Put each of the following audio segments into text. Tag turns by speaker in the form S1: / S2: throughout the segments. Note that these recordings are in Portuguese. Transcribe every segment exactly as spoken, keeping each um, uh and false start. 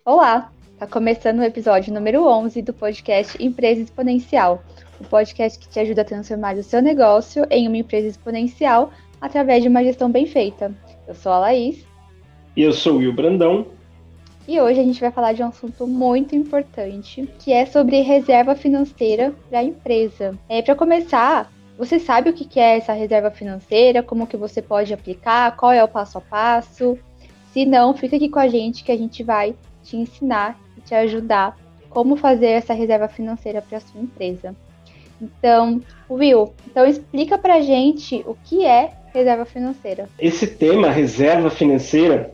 S1: Olá, está começando o episódio número onze do podcast Empresa Exponencial, o podcast que te ajuda a transformar o seu negócio em uma empresa exponencial através de uma gestão bem feita. Eu sou a Laís.
S2: E eu sou o Will Brandão.
S1: E hoje a gente vai falar de um assunto muito importante, que é sobre reserva financeira para a empresa. É, para começar, você sabe o que é essa reserva financeira, como que você pode aplicar, qual é o passo a passo? Se não, fica aqui com a gente que a gente vai te ensinar e te ajudar como fazer essa reserva financeira para a sua empresa. Então, Will, então explica pra gente o que é reserva financeira.
S2: Esse tema, reserva financeira,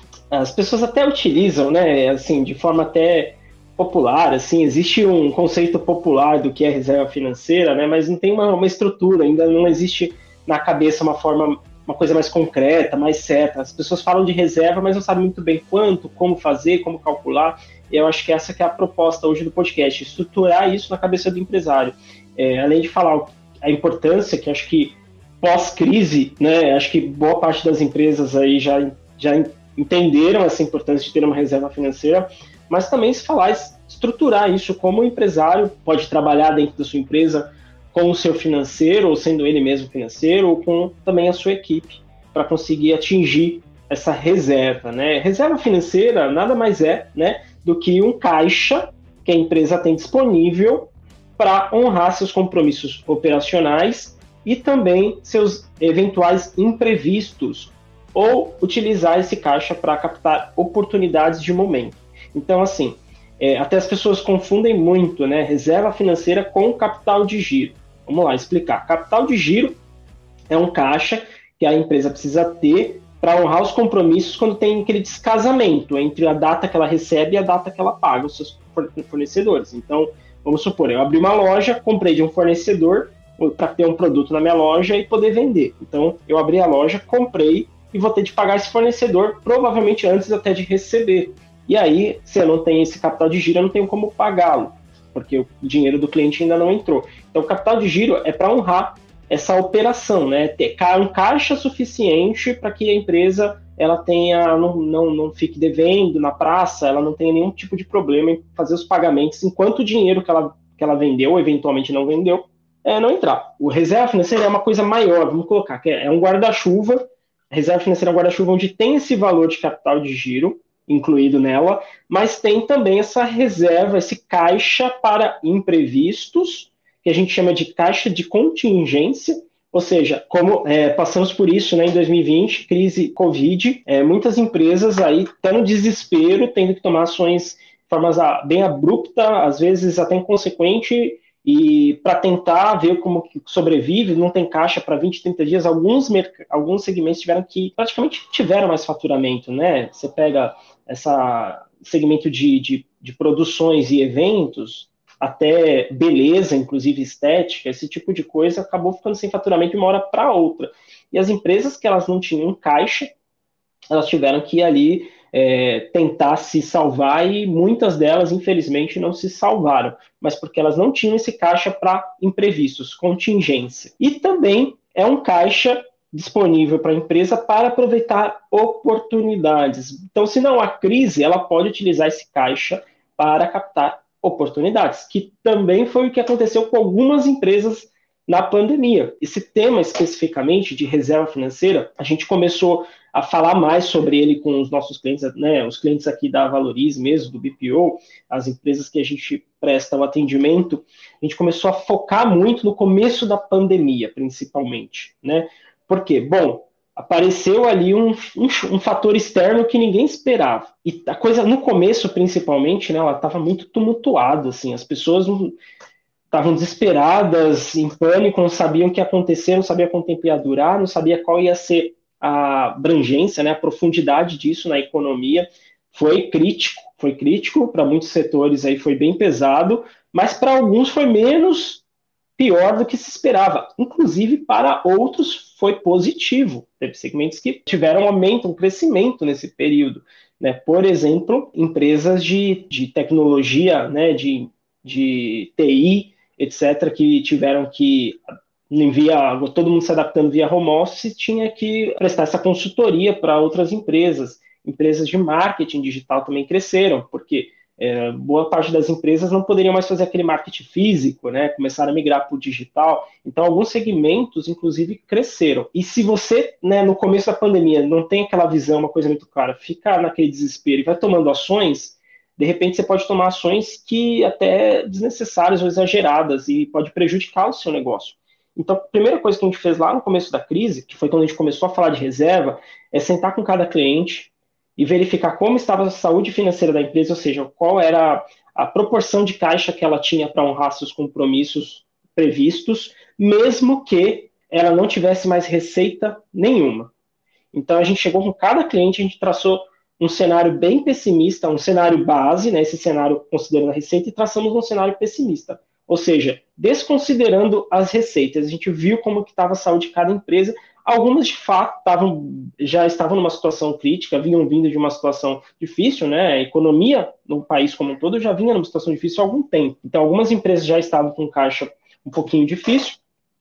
S2: as pessoas até utilizam, né, assim, de forma até popular, assim, existe um conceito popular do que é reserva financeira, né, mas não tem uma, uma estrutura, ainda não existe na cabeça uma forma, uma coisa mais concreta, mais certa. As pessoas falam de reserva, mas não sabem muito bem quanto, como fazer, como calcular. E eu acho que essa que é a proposta hoje do podcast, estruturar isso na cabeça do empresário. É, além de falar a importância, que acho que pós-crise, né, acho que boa parte das empresas aí já, já entenderam essa importância de ter uma reserva financeira, mas também se falar, estruturar isso, como o empresário pode trabalhar dentro da sua empresa com o seu financeiro, ou sendo ele mesmo financeiro, ou com também a sua equipe, para conseguir atingir essa reserva, né? Reserva financeira nada mais é, né, do que um caixa que a empresa tem disponível para honrar seus compromissos operacionais e também seus eventuais imprevistos, ou utilizar esse caixa para captar oportunidades de momento. Então, assim, é, até as pessoas confundem muito, né, reserva financeira com capital de giro. Vamos lá explicar. Capital de giro é um caixa que a empresa precisa ter para honrar os compromissos quando tem aquele descasamento entre a data que ela recebe e a data que ela paga os seus fornecedores. Então, vamos supor, eu abri uma loja, comprei de um fornecedor para ter um produto na minha loja e poder vender. Então, eu abri a loja, comprei e vou ter de pagar esse fornecedor, provavelmente antes até de receber. E aí, se eu não tenho esse capital de giro, eu não tenho como pagá-lo, porque o dinheiro do cliente ainda não entrou. Então, o capital de giro é para honrar essa operação, né? Ter um caixa suficiente para que a empresa ela tenha, não, não, não fique devendo na praça, ela não tenha nenhum tipo de problema em fazer os pagamentos, enquanto o dinheiro que ela, que ela vendeu, ou eventualmente não vendeu, é, não entrar. O reserva financeira é uma coisa maior, vamos colocar, que é um guarda-chuva. A reserva financeira é um guarda-chuva onde tem esse valor de capital de giro incluído nela, mas tem também essa reserva, esse caixa para imprevistos, que a gente chama de caixa de contingência, ou seja, como é, passamos por isso, né, em dois mil e vinte, crise Covid, é, muitas empresas aí estão no desespero, tendo que tomar ações de forma bem abrupta, às vezes até inconsequente, e para tentar ver como que sobrevive, não tem caixa para vinte, trinta dias, alguns, alguns segmentos tiveram que, praticamente tiveram mais faturamento, né? Você pega essa segmento de, de, de produções e eventos, até beleza, inclusive estética, esse tipo de coisa, acabou ficando sem faturamento de uma hora para outra. E as empresas que elas não tinham caixa, elas tiveram que ir ali é, tentar se salvar, e muitas delas, infelizmente, não se salvaram, mas porque elas não tinham esse caixa para imprevistos, contingência. E também é um caixa disponível para a empresa para aproveitar oportunidades. Então, se não há crise, ela pode utilizar esse caixa para captar oportunidades, que também foi o que aconteceu com algumas empresas na pandemia. Esse tema especificamente de reserva financeira, a gente começou a falar mais sobre ele com os nossos clientes, né, os clientes aqui da Valorize mesmo, do B P O, as empresas que a gente presta o atendimento, a gente começou a focar muito no começo da pandemia, principalmente, né? Por quê? Bom, apareceu ali um, um, um fator externo que ninguém esperava. E a coisa, no começo, principalmente, né, ela estava muito tumultuada, assim, as pessoas não estavam desesperadas, em pânico, não sabiam o que ia acontecer, não sabiam quanto tempo ia durar, não sabia qual ia ser a abrangência, né, a profundidade disso na economia. Foi crítico, foi crítico, para muitos setores aí foi bem pesado, mas para alguns foi menos pior do que se esperava. Inclusive, para outros foi positivo. Teve segmentos que tiveram um aumento, um crescimento nesse período, né? Por exemplo, empresas de, de tecnologia, né, de, de T I, etcétera, que tiveram que, via, todo mundo se adaptando via home office, tinha que prestar essa consultoria para outras empresas. empresas de marketing digital também cresceram, porque é, boa parte das empresas não poderiam mais fazer aquele marketing físico, né? Começaram a migrar para o digital. Então, alguns segmentos, inclusive, cresceram. E se você, né, no começo da pandemia, não tem aquela visão, uma coisa muito clara, fica naquele desespero e vai tomando ações, de repente você pode tomar ações que até desnecessárias ou exageradas e pode prejudicar o seu negócio. Então, a primeira coisa que a gente fez lá no começo da crise, que foi quando a gente começou a falar de reserva, é sentar com cada cliente e verificar como estava a saúde financeira da empresa, ou seja, qual era a proporção de caixa que ela tinha para honrar seus compromissos previstos, mesmo que ela não tivesse mais receita nenhuma. Então, a gente chegou com cada cliente, a gente traçou um cenário bem pessimista, um cenário base, né, esse cenário considerando a receita, e traçamos um cenário pessimista. Ou seja, desconsiderando as receitas, a gente viu como que estava a saúde de cada empresa. Algumas, de fato, tavam, já estavam numa situação crítica, vinham vindo de uma situação difícil, né? A economia no país como um todo já vinha numa situação difícil há algum tempo. Então, algumas empresas já estavam com caixa um pouquinho difícil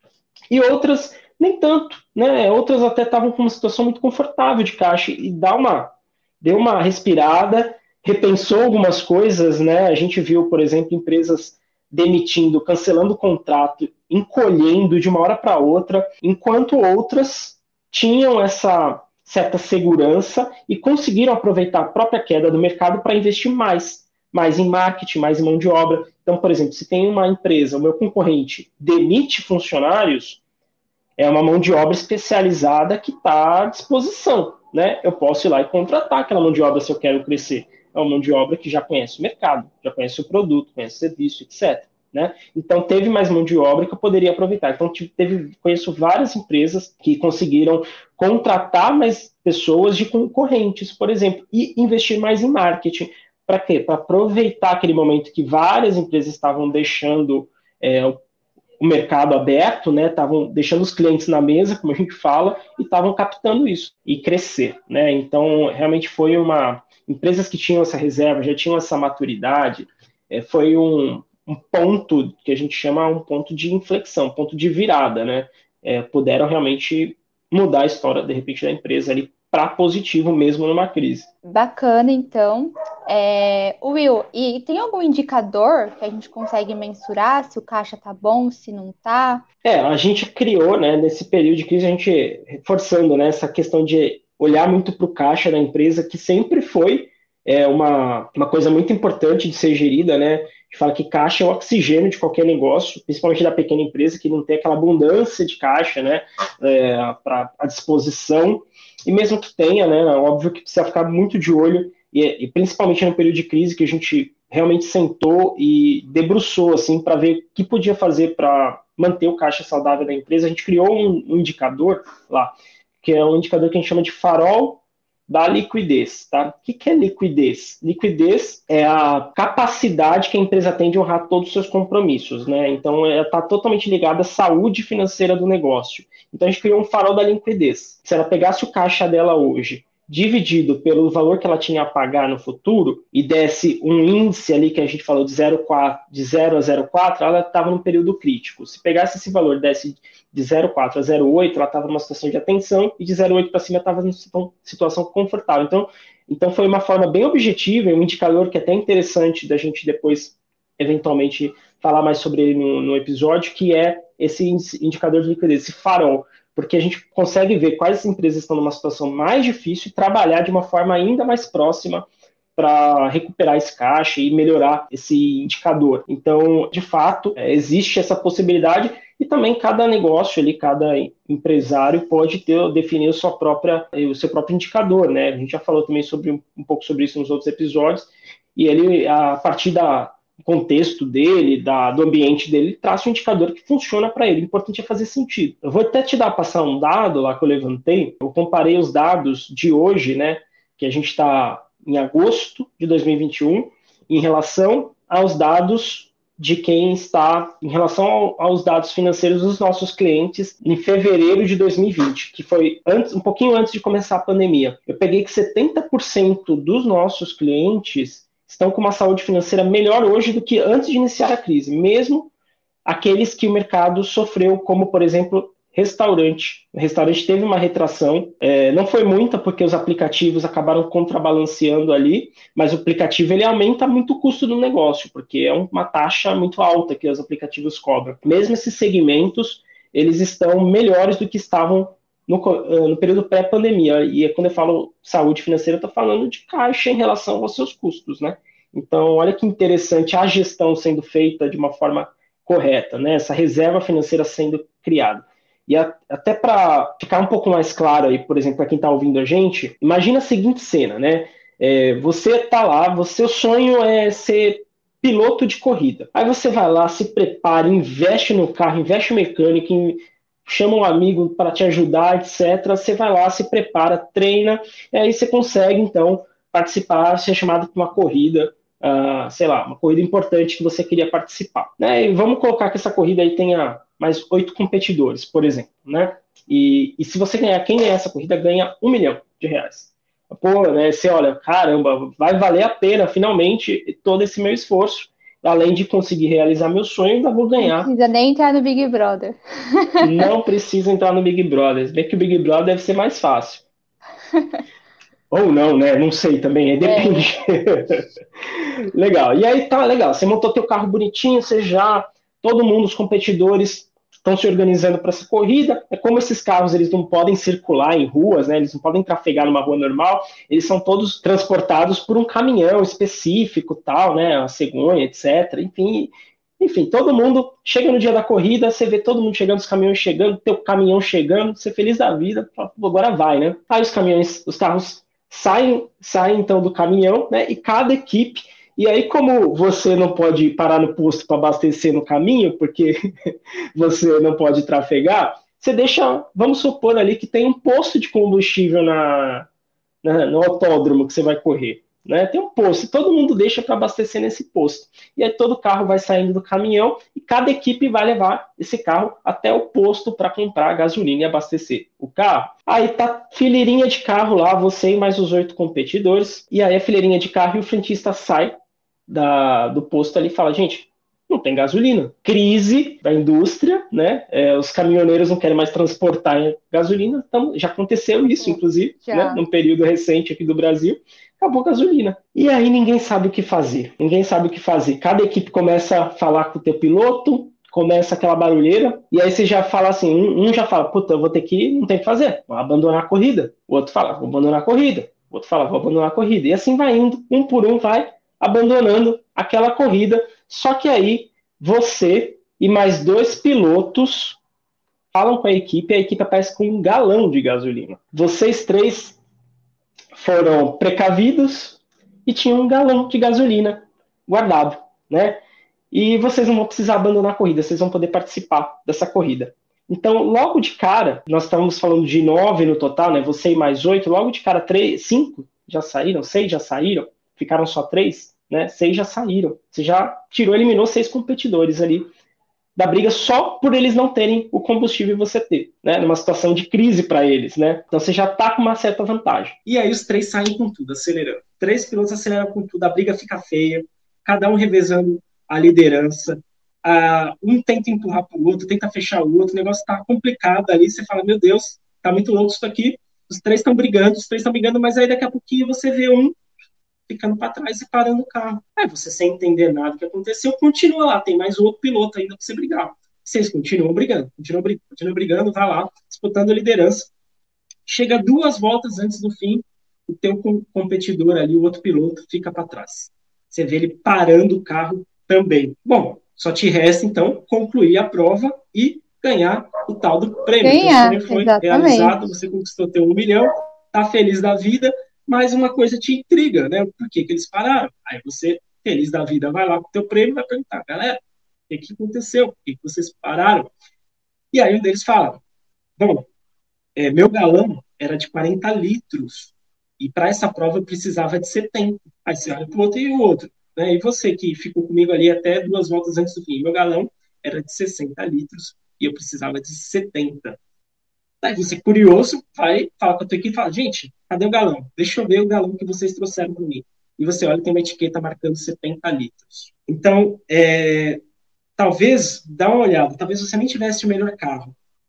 S2: e outras nem tanto, né? Outras até estavam com uma situação muito confortável de caixa e dá uma, deu uma respirada, repensou algumas coisas, né? A gente viu, por exemplo, empresas demitindo, cancelando o contrato, encolhendo de uma hora para outra, enquanto outras tinham essa certa segurança e conseguiram aproveitar a própria queda do mercado para investir mais, mais em marketing, mais em mão de obra. Então, por exemplo, se tem uma empresa, o meu concorrente demite funcionários, é uma mão de obra especializada que está à disposição, né? Eu posso ir lá e contratar aquela mão de obra se eu quero crescer. É uma mão de obra que já conhece o mercado, já conhece o produto, conhece o serviço, etcétera. Né? Então, teve mais mão de obra que eu poderia aproveitar. Então, teve, conheço várias empresas que conseguiram contratar mais pessoas de concorrentes, por exemplo, e investir mais em marketing. Para quê? Para aproveitar aquele momento que várias empresas estavam deixando é, o mercado aberto, né? Estavam deixando os clientes na mesa, como a gente fala, e estavam captando isso e crescer. Né? Então, realmente foi uma... Empresas que tinham essa reserva, já tinham essa maturidade, é, foi um, um ponto que a gente chama um ponto de inflexão, um ponto de virada, né? É, puderam realmente mudar a história, de repente, da empresa ali para positivo mesmo numa crise.
S1: Bacana, então. É, Will, e tem algum indicador que a gente consegue mensurar se o caixa tá bom, se não tá?
S2: É, a gente criou, né, nesse período de crise, a gente reforçando, né, essa questão de olhar muito para o caixa da empresa, que sempre foi é, uma, uma coisa muito importante de ser gerida, né? A gente fala que caixa é o oxigênio de qualquer negócio, principalmente da pequena empresa, que não tem aquela abundância de caixa, né, é, para à disposição. E mesmo que tenha, né, óbvio que precisa ficar muito de olho, e, e principalmente no período de crise, que a gente realmente sentou e debruçou assim, para ver o que podia fazer para manter o caixa saudável da empresa. A gente criou um, um indicador lá, que é um indicador que a gente chama de farol da liquidez. Tá? O que, que é liquidez? Liquidez é a capacidade que a empresa tem de honrar todos os seus compromissos. Né? Então, ela está totalmente ligada à saúde financeira do negócio. Então, a gente criou um farol da liquidez. Se ela pegasse o caixa dela hoje, dividido pelo valor que ela tinha a pagar no futuro, e desse um índice ali que a gente falou de zero vírgula zero a zero vírgula quatro, ela estava num período crítico. Se pegasse esse valor e desse de zero vírgula quatro a zero vírgula oito, ela estava numa situação de atenção, e de zero vírgula oito para cima estava numa situação confortável. Então, então, foi uma forma bem objetiva, e um indicador que é até interessante da gente depois, eventualmente, falar mais sobre ele no, no episódio, que é esse indicador de liquidez, esse farol, porque a gente consegue ver quais empresas estão numa situação mais difícil e trabalhar de uma forma ainda mais próxima para recuperar esse caixa e melhorar esse indicador. Então, de fato, existe essa possibilidade e também cada negócio ali, cada empresário pode ter, definir a sua própria, o seu próprio indicador, né? A gente já falou também sobre um pouco sobre isso nos outros episódios, e ele, a partir da contexto dele, da, do ambiente dele, ele traça um indicador que funciona para ele. O importante é fazer sentido. Eu vou até te dar, passar um dado lá que eu levantei. Eu comparei os dados de hoje, né, que a gente está em agosto de dois mil e vinte e um, em relação aos dados de quem está, em relação ao, aos dados financeiros dos nossos clientes em fevereiro de dois mil e vinte, que foi antes, um pouquinho antes de começar a pandemia. Eu peguei que setenta por cento dos nossos clientes estão com uma saúde financeira melhor hoje do que antes de iniciar a crise, mesmo aqueles que o mercado sofreu, como, por exemplo, restaurante. O restaurante teve uma retração, é, não foi muita, porque os aplicativos acabaram contrabalanceando ali, mas o aplicativo ele aumenta muito o custo do negócio, porque é uma taxa muito alta que os aplicativos cobram. Mesmo esses segmentos, eles estão melhores do que estavam no, no período pré-pandemia. E quando eu falo saúde financeira, eu estou falando de caixa em relação aos seus custos, né? Então, olha que interessante a gestão sendo feita de uma forma correta, né? Essa reserva financeira sendo criada. E a, até para ficar um pouco mais claro aí, por exemplo, para quem está ouvindo a gente, imagina a seguinte cena, né? É, você está lá, você, o sonho é ser piloto de corrida. Aí você vai lá, se prepara, investe no carro, investe no mecânico, in, chama um amigo para te ajudar, etcétera. Você vai lá, se prepara, treina, e aí você consegue, então, participar, ser chamado para uma corrida, uh, sei lá, uma corrida importante que você queria participar. Né? E vamos colocar que essa corrida aí tenha mais oito competidores, por exemplo. Né? E, e se você ganhar, quem ganhar essa corrida ganha um milhão de reais. Pô, né, você olha, caramba, vai valer a pena, finalmente, todo esse meu esforço. Além de conseguir realizar meu sonho, ainda vou ganhar.
S1: Não precisa nem entrar no Big Brother.
S2: Não precisa entrar no Big Brother. Bem que o Big Brother deve ser mais fácil. Ou não, né? Não sei também, depende. É. Legal. E aí tá legal. Você montou teu carro bonitinho, você já. Todo mundo, os competidores, estão se organizando para essa corrida. É como esses carros eles não podem circular em ruas, né? Eles não podem trafegar numa rua normal. Eles são todos transportados por um caminhão específico, tal, né? A cegonha, etcétera. Enfim, enfim, todo mundo chega no dia da corrida, você vê todo mundo chegando, os caminhões chegando, teu caminhão chegando, você feliz da vida, agora vai, né? Aí os caminhões, os carros saem, saem então do caminhão, né? E cada equipe. E aí, como você não pode parar no posto para abastecer no caminho, porque você não pode trafegar, você deixa, vamos supor ali que tem um posto de combustível na, na, no autódromo que você vai correr. Né? Tem um posto, todo mundo deixa para abastecer nesse posto. E aí todo carro vai saindo do caminhão e cada equipe vai levar esse carro até o posto para comprar gasolina e abastecer o carro. Aí tá fileirinha de carro lá, você e mais os oito competidores. E aí a fileirinha de carro e o frentista sai da, do posto ali e fala, gente, não tem gasolina. Crise da indústria, né? É, os caminhoneiros não querem mais transportar gasolina. Então, já aconteceu isso, inclusive, né? Num período recente aqui do Brasil. Acabou a gasolina. E aí ninguém sabe o que fazer. Ninguém sabe o que fazer. Cada equipe começa a falar com o teu piloto, começa aquela barulheira, e aí você já fala assim, um, um já fala, puta, eu vou ter que, não tem o que fazer, vou abandonar a corrida. O outro fala, vou abandonar a corrida. O outro fala, vou abandonar a corrida. E assim vai indo, um por um vai abandonando aquela corrida. Só que aí você e mais dois pilotos falam com a equipe, e a equipe aparece com um galão de gasolina. Vocês três foram precavidos e tinham um galão de gasolina guardado, né? E vocês não vão precisar abandonar a corrida, vocês vão poder participar dessa corrida. Então, logo de cara, nós estávamos falando de nove no total, né? Você e mais oito, logo de cara, três, cinco já saíram, seis já saíram, ficaram só três, né? Seis já saíram. Você já tirou, eliminou seis competidores ali da briga só por eles não terem o combustível e você ter, né? Numa situação de crise para eles, né? Então você já tá com uma certa vantagem.
S3: E aí os três saem com tudo, acelerando. Três pilotos aceleram com tudo, a briga fica feia, cada um revezando a liderança, uh, um tenta empurrar pro outro, tenta fechar o outro, o negócio tá complicado ali, você fala, meu Deus, tá muito louco isso aqui, os três estão brigando, os três estão brigando, mas aí daqui a pouquinho você vê um ficando para trás e parando o carro. Aí você, sem entender nada do que aconteceu, continua lá, tem mais outro piloto ainda para você brigar. Vocês continuam brigando, continuam brigando, continuam brigando, vai lá, disputando a liderança. Chega duas voltas antes do fim, o teu competidor ali, o outro piloto, fica para trás. Você vê ele parando o carro também. Bom, só te resta, então, concluir a prova e ganhar o tal do prêmio.
S1: Ganhar,
S3: então, o sonho foi
S1: exatamente.
S3: realizado, você conquistou teu um milhão, tá feliz da vida, mas uma coisa te intriga, né? Por que que eles pararam? Aí você, feliz da vida, vai lá com o teu prêmio e vai perguntar, galera, o que que aconteceu? Por que que vocês pararam? E aí um deles fala, bom, é, meu galão era de quarenta litros, e para essa prova eu precisava de setenta. Aí você olha para o outro e o outro. Né? E você que ficou comigo ali até duas voltas antes do fim, meu galão era de sessenta litros, e eu precisava de setenta. Aí você, curioso, vai falar com a tua equipe e fala, gente, cadê o galão? Deixa eu ver o galão que vocês trouxeram para mim. E você olha, tem uma etiqueta marcando setenta litros. Então, é, talvez, dá uma olhada, talvez você nem tivesse o melhor carro,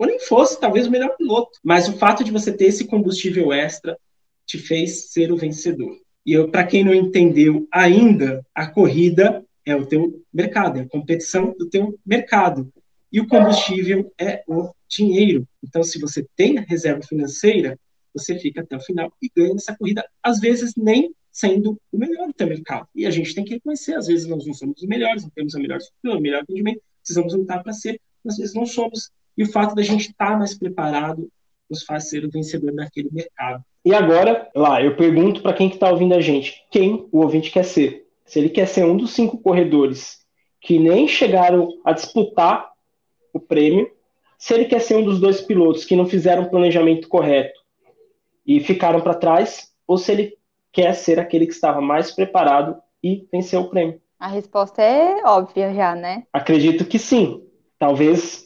S3: ou nem fosse talvez o melhor piloto. Mas o fato de você ter esse combustível extra te fez ser o vencedor. E para quem não entendeu ainda, a corrida é o teu mercado, é a competição do teu mercado. E o combustível é o dinheiro. Então, se você tem a reserva financeira, você fica até o final e ganha essa corrida, às vezes nem sendo o melhor do teu mercado. E a gente tem que reconhecer, às vezes nós não somos os melhores, não temos a melhor estrutura, o melhor atendimento, precisamos lutar para ser, às vezes não somos. E o fato da gente estar mais preparado nos faz ser o vencedor daquele mercado.
S2: E agora, lá, eu pergunto para quem que está ouvindo a gente, quem o ouvinte quer ser? Se ele quer ser um dos cinco corredores que nem chegaram a disputar o prêmio, se ele quer ser um dos dois pilotos que não fizeram o planejamento correto e ficaram para trás, ou se ele quer ser aquele que estava mais preparado e venceu o prêmio.
S1: A resposta é óbvia já, né?
S2: Acredito que sim. Talvez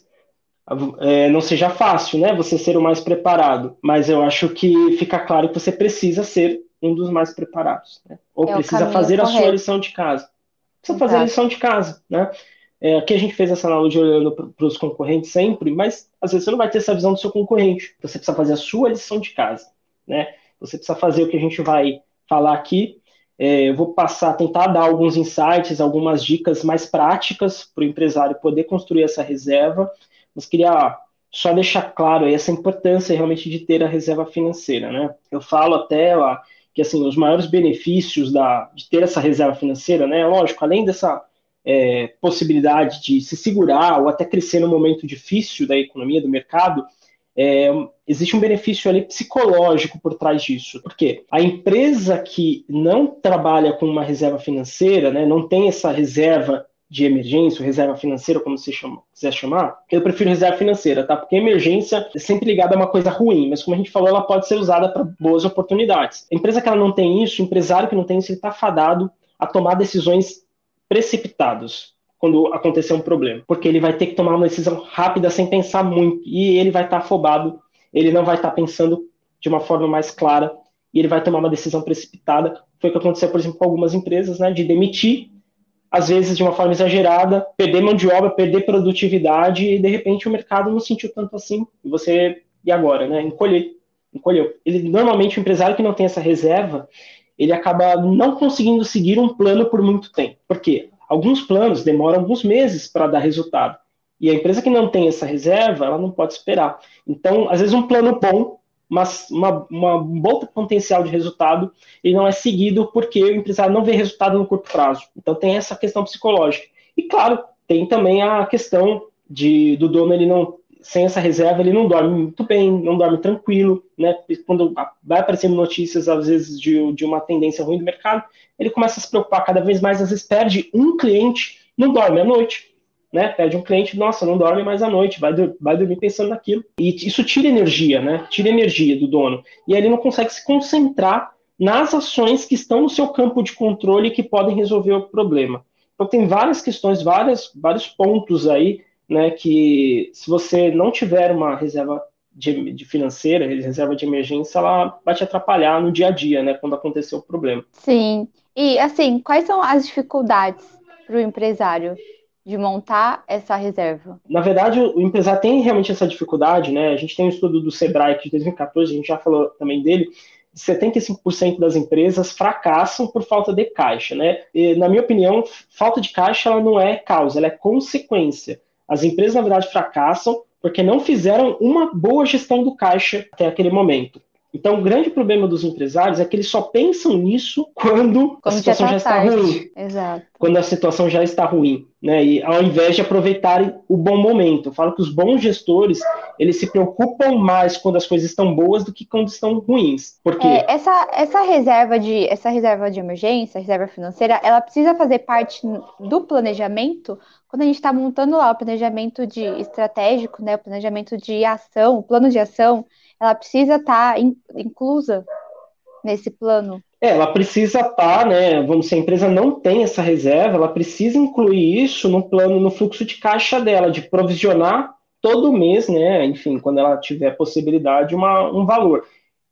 S2: é, não seja fácil, né, você ser o mais preparado, mas eu acho que fica claro que você precisa ser um dos mais preparados, né? Ou
S1: É
S2: precisa fazer
S1: correto.
S2: a sua lição de casa. Precisa fazer a lição de casa, né? É, aqui a gente fez essa analogia olhando para os concorrentes sempre, mas às vezes você não vai ter essa visão do seu concorrente. Você precisa fazer a sua lição de casa, né? Você precisa fazer o que a gente vai falar aqui. É, eu vou passar, tentar dar alguns insights, algumas dicas mais práticas para o empresário poder construir essa reserva. Mas queria só deixar claro aí essa importância realmente de ter a reserva financeira, né? Eu falo até lá que assim, os maiores benefícios da, de ter essa reserva financeira, né? Lógico, além dessa é, possibilidade de se segurar ou até crescer no momento difícil da economia, do mercado, é, existe um benefício ali psicológico por trás disso. Por quê? A empresa que não trabalha com uma reserva financeira, né, não tem essa reserva de emergência, ou reserva financeira, como você chama, quiser chamar, eu prefiro reserva financeira, tá? Porque emergência é sempre ligada a uma coisa ruim, mas como a gente falou, ela pode ser usada para boas oportunidades. A empresa que ela não tem isso, o empresário que não tem isso, ele está fadado a tomar decisões precipitadas quando acontecer um problema, porque ele vai ter que tomar uma decisão rápida sem pensar muito, e ele vai estar afobado, ele não vai estar pensando de uma forma mais clara, e ele vai tomar uma decisão precipitada. Foi o que aconteceu, por exemplo, com algumas empresas, né, de demitir às vezes de uma forma exagerada, perder mão de obra, perder produtividade, e de repente o mercado não sentiu tanto assim, e você, e agora, né, encolher, encolheu. Ele, normalmente o empresário que não tem essa reserva, ele acaba não conseguindo seguir um plano por muito tempo. Por quê? Alguns planos demoram alguns meses para dar resultado, e a empresa que não tem essa reserva, ela não pode esperar. Então, às vezes um plano bom, mas uma, uma, um bom potencial de resultado, ele não é seguido porque o empresário não vê resultado no curto prazo. Então tem essa questão psicológica. E claro, tem também a questão de, do dono, ele não, sem essa reserva, ele não dorme muito bem, não dorme tranquilo, né? Quando vai aparecendo notícias, às vezes, de, de uma tendência ruim do mercado, ele começa a se preocupar cada vez mais, às vezes perde um cliente, não dorme à noite. Né, perde um cliente, nossa, não dorme mais à noite, vai, vai dormir pensando naquilo. E isso tira energia, né? Tira energia do dono. E aí ele não consegue se concentrar nas ações que estão no seu campo de controle e que podem resolver o problema. Então tem várias questões, várias, vários pontos aí, né, que se você não tiver uma reserva de, de financeira, reserva de emergência, ela vai te atrapalhar no dia a dia, né, quando acontecer o problema.
S1: Sim. E assim, quais são as dificuldades para o empresário de montar essa reserva?
S2: Na verdade, o empresário tem realmente essa dificuldade, né? A gente tem um estudo do Sebrae de dois mil e quatorze, a gente já falou também dele, setenta e cinco por cento das empresas fracassam por falta de caixa, né? E, na minha opinião, falta de caixa ela não é causa, ela é consequência. As empresas, na verdade, fracassam porque não fizeram uma boa gestão do caixa até aquele momento. Então, o grande problema dos empresários é que eles só pensam nisso quando, quando a situação já, tá já está ruim.
S1: Exato.
S2: Quando a situação já está ruim, né? E ao invés de aproveitarem o bom momento. Eu falo que os bons gestores, eles se preocupam mais quando as coisas estão boas do que quando estão ruins. Por quê?
S1: É, essa, essa, reserva de, essa reserva de emergência, reserva financeira, ela precisa fazer parte do planejamento quando a gente está montando lá o planejamento de estratégico, né? O planejamento de ação, o plano de ação. Ela precisa estar in, inclusa nesse plano?
S2: É, ela precisa estar, né? Vamos dizer, a empresa não tem essa reserva, ela precisa incluir isso no plano, no fluxo de caixa dela, de provisionar todo mês, né? Enfim, quando ela tiver possibilidade, uma, um valor.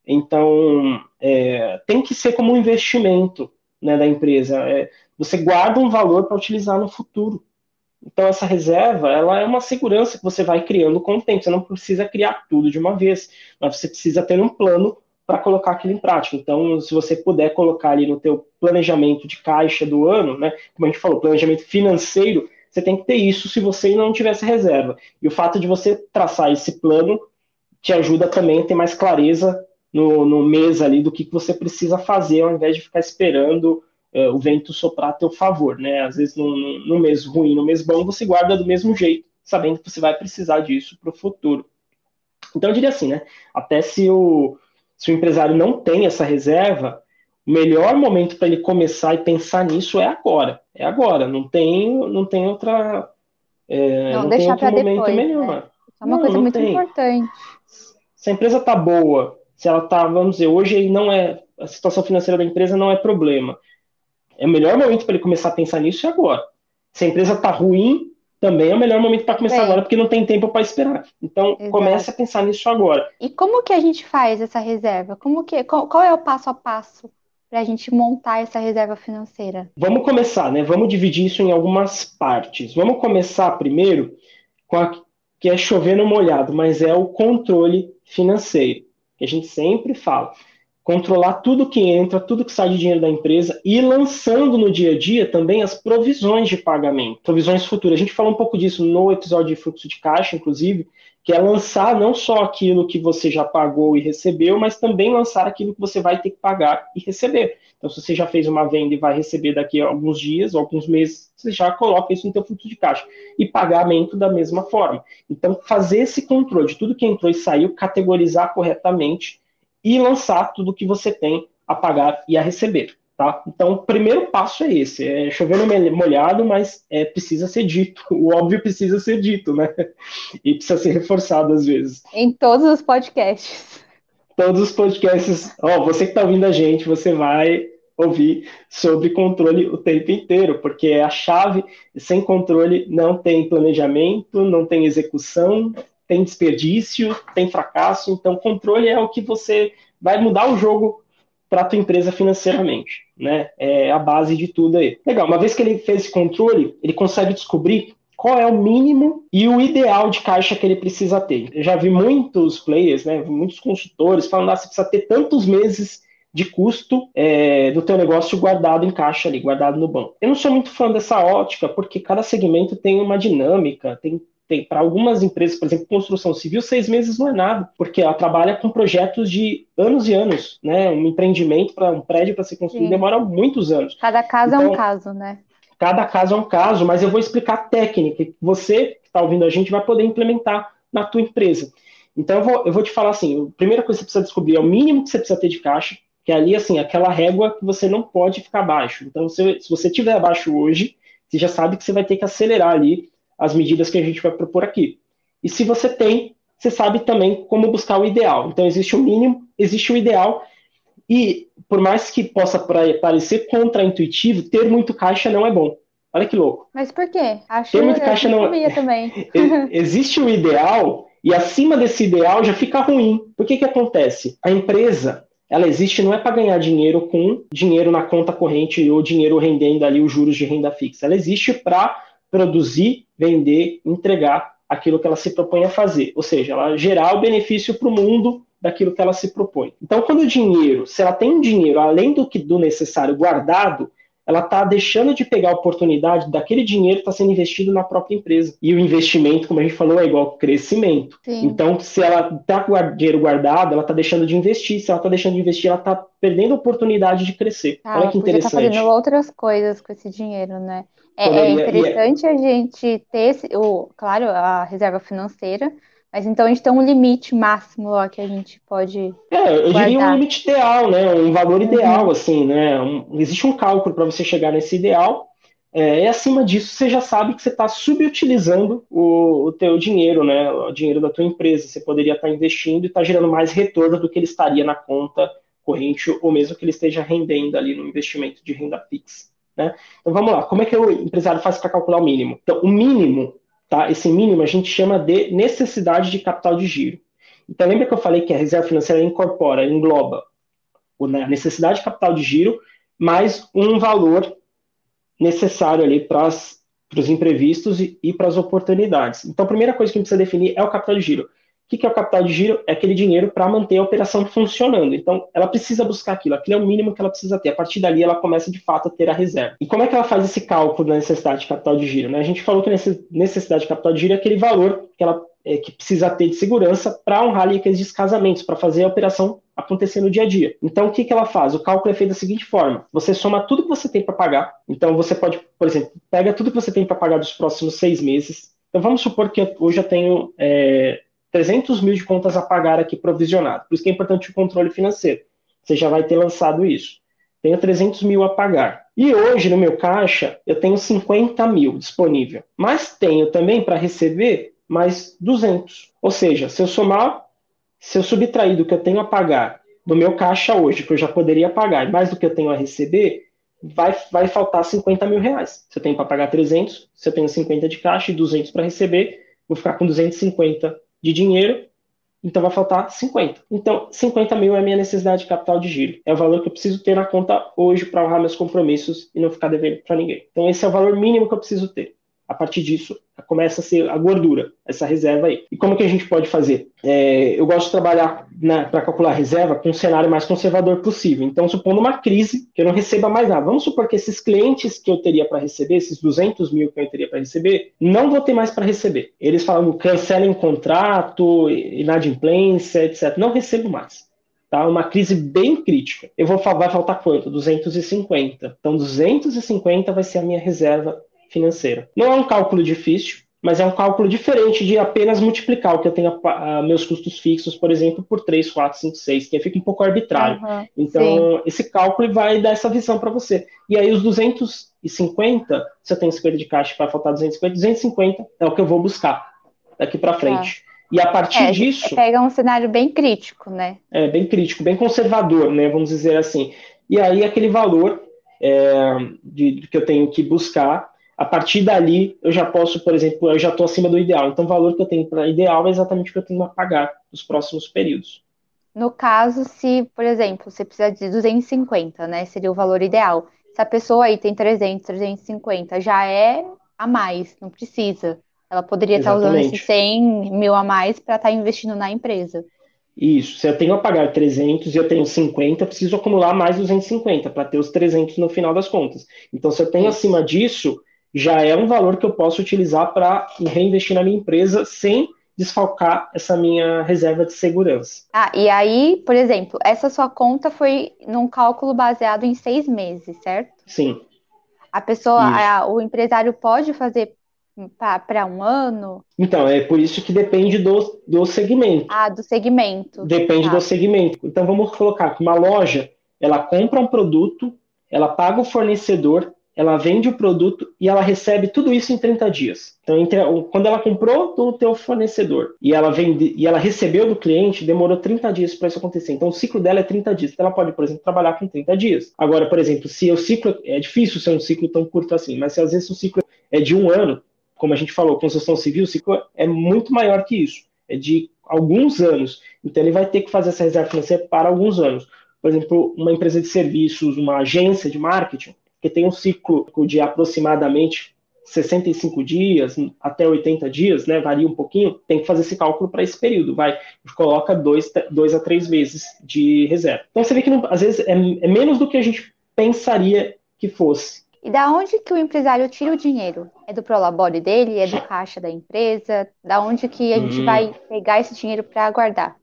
S2: Então, é, tem que ser como um investimento, né, da empresa. É, você guarda um valor para utilizar no futuro. Então, essa reserva, ela é uma segurança que você vai criando com o tempo. Você não precisa criar tudo de uma vez, mas você precisa ter um plano para colocar aquilo em prática. Então, se você puder colocar ali no teu planejamento de caixa do ano, né, como a gente falou, planejamento financeiro, você tem que ter isso se você não tiver essa reserva. E o fato de você traçar esse plano te ajuda também a ter mais clareza no, no mês ali do que, que você precisa fazer, ao invés de ficar esperando uh, o vento soprar a teu favor, né? Às vezes, no, no mês ruim, no mês bom, você guarda do mesmo jeito, sabendo que você vai precisar disso para o futuro. Então, eu diria assim, né? Até se o, se o empresário não tem essa reserva, o melhor momento para ele começar e pensar nisso é agora. É agora. Não tem, não tem outra, é,
S1: Não
S2: não tem
S1: deixar
S2: outro
S1: para
S2: momento
S1: depois,
S2: melhor.
S1: né? Isso é uma
S2: Não,
S1: coisa
S2: não
S1: muito
S2: tem.
S1: importante.
S2: Se a empresa está boa, se ela está, vamos dizer, hoje não é, a situação financeira da empresa não é problema. É o melhor momento para ele começar a pensar nisso é agora. Se a empresa está ruim, também é o melhor momento para começar agora,
S1: Bem,
S2: porque não tem tempo para esperar. Então, comece a
S1: exato.
S2: pensar nisso agora.
S1: E como que a gente faz essa reserva? Como que, qual, qual é o passo a passo para a gente montar essa reserva financeira?
S2: Vamos começar, né? Vamos dividir isso em algumas partes. Vamos começar primeiro com a que é chover no molhado, mas é o controle financeiro, que a gente sempre fala. Controlar tudo que entra, tudo que sai de dinheiro da empresa e lançando no dia a dia também as provisões de pagamento, provisões futuras. A gente falou um pouco disso no episódio de fluxo de caixa, inclusive, que é lançar não só aquilo que você já pagou e recebeu, mas também lançar aquilo que você vai ter que pagar e receber. Então, se você já fez uma venda e vai receber daqui a alguns dias ou alguns meses, você já coloca isso no teu fluxo de caixa. E pagamento da mesma forma. Então, fazer esse controle de tudo que entrou e saiu, categorizar corretamente e lançar tudo que você tem a pagar e a receber. Tá? Então, o primeiro passo é esse, é chover no molhado, mas é, precisa ser dito, o óbvio precisa ser dito, né? E precisa ser reforçado às vezes.
S1: Em todos os podcasts.
S2: Todos os podcasts, ó, você que está ouvindo a gente, você vai ouvir sobre controle o tempo inteiro, porque é a chave, sem controle não tem planejamento, não tem execução, tem desperdício, tem fracasso, então controle é o que você vai mudar o jogo para a tua empresa financeiramente, né? É a base de tudo aí. Legal, uma vez que ele fez esse controle, ele consegue descobrir qual é o mínimo e o ideal de caixa que ele precisa ter. Eu já vi muitos players, né, muitos consultores falando que ah, você precisa ter tantos meses de custo é, do teu negócio guardado em caixa ali, guardado no banco. Eu não sou muito fã dessa ótica, porque cada segmento tem uma dinâmica, tem Tem, para algumas empresas, por exemplo, construção civil, seis meses não é nada, porque ela trabalha com projetos de anos e anos, né? Um empreendimento para um prédio para ser construído
S1: Sim.
S2: demora muitos anos.
S1: Cada caso
S2: então,
S1: é um caso, né?
S2: Cada caso é um caso, mas eu vou explicar a técnica que você que está ouvindo a gente vai poder implementar na tua empresa. Então eu vou, eu vou te falar assim, a primeira coisa que você precisa descobrir é o mínimo que você precisa ter de caixa, que é ali assim, aquela régua que você não pode ficar abaixo. Então se, se você estiver abaixo hoje, você já sabe que você vai ter que acelerar ali as medidas que a gente vai propor aqui. E se você tem, você sabe também como buscar o ideal. Então existe o mínimo, existe o ideal, e por mais que possa parecer contraintuitivo, ter muito caixa não é bom. Olha que louco.
S1: Mas por quê? Acho
S2: Ter muito
S1: eu
S2: caixa
S1: não
S2: não
S1: sabia também.
S2: existe o ideal e acima desse ideal já fica ruim. Por que que acontece? A empresa, ela existe não é para ganhar dinheiro com dinheiro na conta corrente ou dinheiro rendendo ali os juros de renda fixa. Ela existe para produzir, vender, entregar aquilo que ela se propõe a fazer. Ou seja, ela gerar o benefício para o mundo daquilo que ela se propõe. Então, quando o dinheiro, se ela tem dinheiro além do que do necessário guardado, ela está deixando de pegar a oportunidade daquele dinheiro que está sendo investido na própria empresa. E o investimento, como a gente falou, é igual crescimento.
S1: Sim.
S2: Então, se ela está com o dinheiro guardado, ela está deixando de investir. Se ela está deixando de investir, ela está perdendo a oportunidade de crescer.
S1: Ah,
S2: Olha
S1: ela
S2: que
S1: podia estar
S2: interessante.
S1: fazendo outras coisas com esse dinheiro, né? É, é
S2: Poderia, e é-
S1: interessante a gente ter, esse, o, claro, a reserva financeira, mas então a gente tem um limite máximo lá que a gente pode
S2: É, eu diria um
S1: guardar.
S2: limite ideal, né? Um valor ideal,
S1: Uhum.
S2: assim, né? Um- existe um cálculo para você chegar nesse ideal. É, e acima disso, você já sabe que você está subutilizando o, o teu dinheiro, né? O dinheiro da tua empresa. Você poderia estar investindo e estar gerando mais retorno do que ele estaria na conta corrente ou mesmo que ele esteja rendendo ali no investimento de renda fixa, né? Então vamos lá. Como é que o empresário faz para calcular o mínimo? Então, o mínimo, tá? Esse mínimo a gente chama de necessidade de capital de giro. Então, lembra que eu falei que a reserva financeira incorpora, engloba a necessidade de capital de giro, mais um valor necessário ali para para os imprevistos e, e para as oportunidades. Então, a primeira coisa que a gente precisa definir é o capital de giro. O que é o capital de giro? É aquele dinheiro para manter a operação funcionando. Então, ela precisa buscar aquilo. Aquilo é o mínimo que ela precisa ter. A partir dali, ela começa, de fato, a ter a reserva. E como é que ela faz esse cálculo da necessidade de capital de giro? Né? A gente falou que a necessidade de capital de giro é aquele valor que ela é, que precisa ter de segurança para honrar ali aqueles descasamentos, para fazer a operação acontecer no dia a dia. Então, o que, que ela faz? O cálculo é feito da seguinte forma. Você soma tudo que você tem para pagar. Então, você pode, por exemplo, pega tudo que você tem para pagar dos próximos seis meses. Então, vamos supor que hoje eu tenho... É, trezentos mil de contas a pagar aqui provisionado. Por isso que é importante o controle financeiro. Você já vai ter lançado isso. Tenho trezentos mil a pagar. E hoje, no meu caixa, eu tenho cinquenta mil disponível. Mas tenho também para receber mais duzentos. Ou seja, se eu somar, se eu subtrair do que eu tenho a pagar do meu caixa hoje, que eu já poderia pagar, e mais do que eu tenho a receber, vai, vai faltar cinquenta mil reais. Se eu tenho para pagar trezentos, se eu tenho cinquenta de caixa e duzentos para receber, vou ficar com duzentos e cinquenta de dinheiro, então vai faltar cinquenta. Então, cinquenta mil é a minha necessidade de capital de giro. É o valor que eu preciso ter na conta hoje para honrar meus compromissos e não ficar devendo para ninguém. Então, esse é o valor mínimo que eu preciso ter. A partir disso, começa a ser a gordura, essa reserva aí. E como que a gente pode fazer? É, eu gosto de trabalhar para calcular a reserva com um cenário mais conservador possível. Então, supondo uma crise, que eu não receba mais nada. Vamos supor que esses clientes que eu teria para receber, esses duzentos mil que eu teria para receber, não vou ter mais para receber. Eles falam, cancelem o contrato, inadimplência, etcétera. Não recebo mais. Tá? Uma crise bem crítica. Eu vou, vai faltar quanto? duzentos e cinquenta. Então, duzentos e cinquenta vai ser a minha reserva financeira. Não é um cálculo difícil, mas é um cálculo diferente de apenas multiplicar o que eu tenho a, a, meus custos fixos, por exemplo, por três, quatro, cinco, seis, que fica um pouco arbitrário. Uhum, então, sim. Esse cálculo vai dar essa visão para você. E aí, os duzentos e cinquenta, se eu tenho cinquenta de caixa, vai faltar duzentos e cinquenta, duzentos e cinquenta é o que eu vou buscar daqui para frente. É. E a partir
S1: é,
S2: disso...
S1: Pega um cenário bem crítico, né?
S2: É, bem crítico, bem conservador, né? Vamos dizer assim. E aí, aquele valor é, de, de que eu tenho que buscar, a partir dali, eu já posso, por exemplo, eu já estou acima do ideal. Então, o valor que eu tenho para ideal é exatamente o que eu tenho a pagar nos próximos períodos.
S1: No caso, se, por exemplo, você precisa de duzentos e cinquenta, né? Seria o valor ideal. Se a pessoa aí tem trezentos, trezentos e cinquenta, já é a mais, não precisa. Ela poderia estar usando esses cem mil a mais para estar investindo na empresa.
S2: Isso. Se eu tenho a pagar trezentos e eu tenho cinquenta, eu preciso acumular mais duzentos e cinquenta para ter os trezentos no final das contas. Então, se eu tenho Isso. acima disso, já é um valor que eu posso utilizar para reinvestir na minha empresa sem desfalcar essa minha reserva de segurança.
S1: Ah, e aí, por exemplo, essa sua conta foi num cálculo baseado em seis meses, certo?
S2: Sim.
S1: A pessoa, a, o empresário pode fazer para um ano?
S2: Então, é por isso que depende do, do segmento.
S1: Ah, do segmento.
S2: Depende
S1: tá.
S2: do segmento. Então, vamos colocar que uma loja, ela compra um produto, ela paga o fornecedor, ela vende o produto e ela recebe tudo isso em trinta dias. Então, entre, quando ela comprou do teu fornecedor e ela, vende, e ela recebeu do cliente, demorou trinta dias para isso acontecer. Então, o ciclo dela é trinta dias. Então, ela pode, por exemplo, trabalhar com trinta dias. Agora, por exemplo, se o ciclo... É difícil ser um ciclo tão curto assim, mas se às vezes o ciclo é de um ano, como a gente falou, construção civil, o ciclo é muito maior que isso. É de alguns anos. Então, ele vai ter que fazer essa reserva financeira para alguns anos. Por exemplo, uma empresa de serviços, uma agência de marketing, que tem um ciclo de aproximadamente sessenta e cinco dias até oitenta dias, né, varia um pouquinho, tem que fazer esse cálculo para esse período, vai, coloca dois, dois a três meses de reserva. Então você vê que não, às vezes é, é menos do que a gente pensaria que fosse.
S1: E da onde que o empresário tira o dinheiro? É do prolabore dele? É do caixa da empresa? Da onde que a gente hum. vai pegar esse dinheiro para guardar?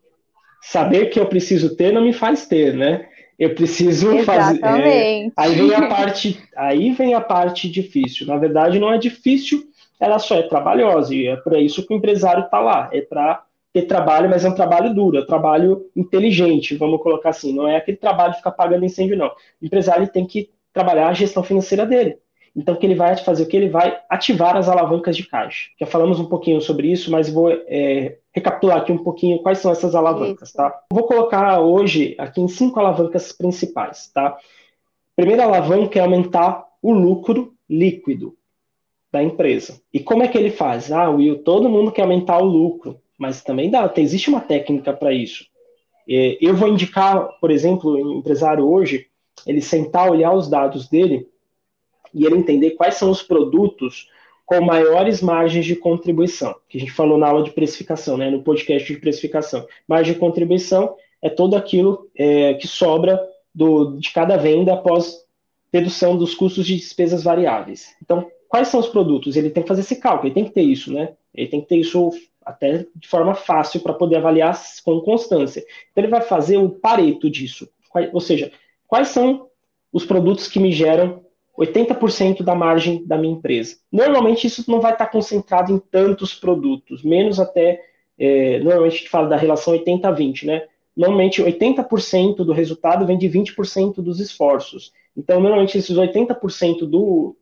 S2: Saber que eu preciso ter não me faz ter, né? Eu preciso fazer. É, aí vem a parte, aí vem a parte difícil. Na verdade, não é difícil, ela só é trabalhosa. E é para isso que o empresário está lá. É para ter trabalho, mas é um trabalho duro, é um trabalho inteligente, vamos colocar assim. Não é aquele trabalho de ficar pagando incêndio, não. O empresário tem que trabalhar a gestão financeira dele. Então, o que ele vai fazer? O que ele vai ativar as alavancas de caixa. Já falamos um pouquinho sobre isso, mas vou é, recapitular aqui um pouquinho quais são essas alavancas, tá? Vou colocar hoje aqui em cinco alavancas principais, tá? Primeira alavanca é aumentar o lucro líquido da empresa. E como é que ele faz? Ah, Will, todo mundo quer aumentar o lucro, mas também dá, existe uma técnica para isso. Eu vou indicar, por exemplo, o empresário hoje, ele sentar, olhar os dados dele, e ele entender quais são os produtos com maiores margens de contribuição, que a gente falou na aula de precificação, né, no podcast de precificação. Margem de contribuição é todo aquilo é, que sobra do, de cada venda após redução dos custos de despesas variáveis. Então, quais são os produtos? Ele tem que fazer esse cálculo, ele tem que ter isso, né? Ele tem que ter isso até de forma fácil para poder avaliar com constância. Então, ele vai fazer o Pareto disso, ou seja, quais são os produtos que me geram oitenta por cento da margem da minha empresa. Normalmente isso não vai estar concentrado em tantos produtos, menos até, é, normalmente a gente fala da relação oitenta a vinte, né? Normalmente oitenta por cento do resultado vem de vinte por cento dos esforços. Então, normalmente esses oitenta por cento do,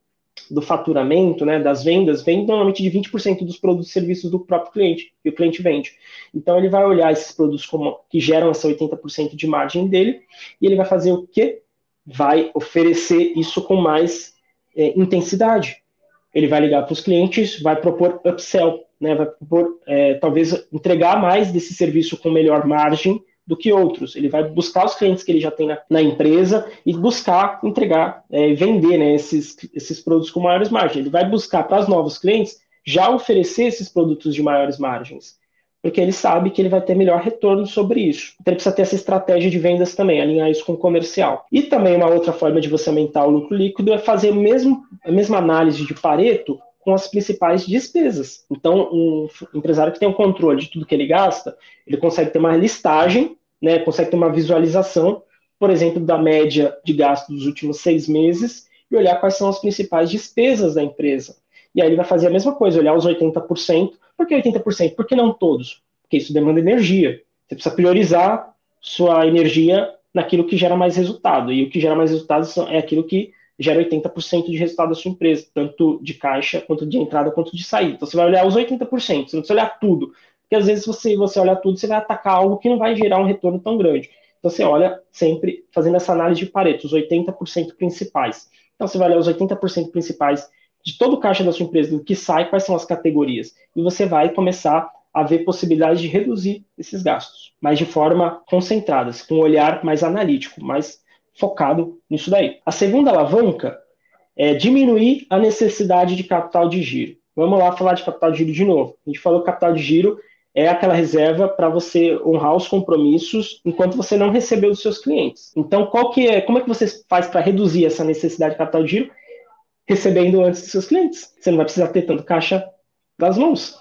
S2: do faturamento, né, das vendas, vem normalmente de vinte por cento dos produtos e serviços do próprio cliente, que o cliente vende. Então, ele vai olhar esses produtos como, que geram essa oitenta por cento de margem dele, e ele vai fazer o quê? Vai oferecer isso com mais é, intensidade. Ele vai ligar para os clientes, vai propor upsell, né, vai propor, é, talvez, entregar mais desse serviço com melhor margem do que outros. Ele vai buscar os clientes que ele já tem na, na empresa e buscar entregar, é, vender, né, esses, esses produtos com maiores margens. Ele vai buscar para os novos clientes já oferecer esses produtos de maiores margens, porque ele sabe que ele vai ter melhor retorno sobre isso. Então ele precisa ter essa estratégia de vendas também, alinhar isso com o comercial. E também uma outra forma de você aumentar o lucro líquido é fazer o mesmo, a mesma análise de Pareto com as principais despesas. Então, um empresário que tem um controle de tudo que ele gasta, ele consegue ter uma listagem, né, consegue ter uma visualização, por exemplo, da média de gasto dos últimos seis meses e olhar quais são as principais despesas da empresa. E aí ele vai fazer a mesma coisa, olhar os oitenta por cento. Por que oitenta por cento? Por que não todos? Porque isso demanda energia. Você precisa priorizar sua energia naquilo que gera mais resultado. E o que gera mais resultado é aquilo que gera oitenta por cento de resultado da sua empresa, tanto de caixa, quanto de entrada, quanto de saída. Então você vai olhar os oitenta por cento, você não precisa olhar tudo. Porque às vezes você, você olha tudo, você vai atacar algo que não vai gerar um retorno tão grande. Então você olha sempre fazendo essa análise de Pareto, os oitenta por cento principais. Então você vai olhar os oitenta por cento principais de todo o caixa da sua empresa, do que sai, quais são as categorias. E você vai começar a ver possibilidades de reduzir esses gastos, mas de forma concentrada, com um olhar mais analítico, mais focado nisso daí. A segunda alavanca é diminuir a necessidade de capital de giro. Vamos lá falar de capital de giro de novo. A gente falou que capital de giro é aquela reserva para você honrar os compromissos enquanto você não recebeu dos seus clientes. Então, qual que é, como é que você faz para reduzir essa necessidade de capital de giro? Recebendo antes dos seus clientes. Você não vai precisar ter tanto caixa das mãos.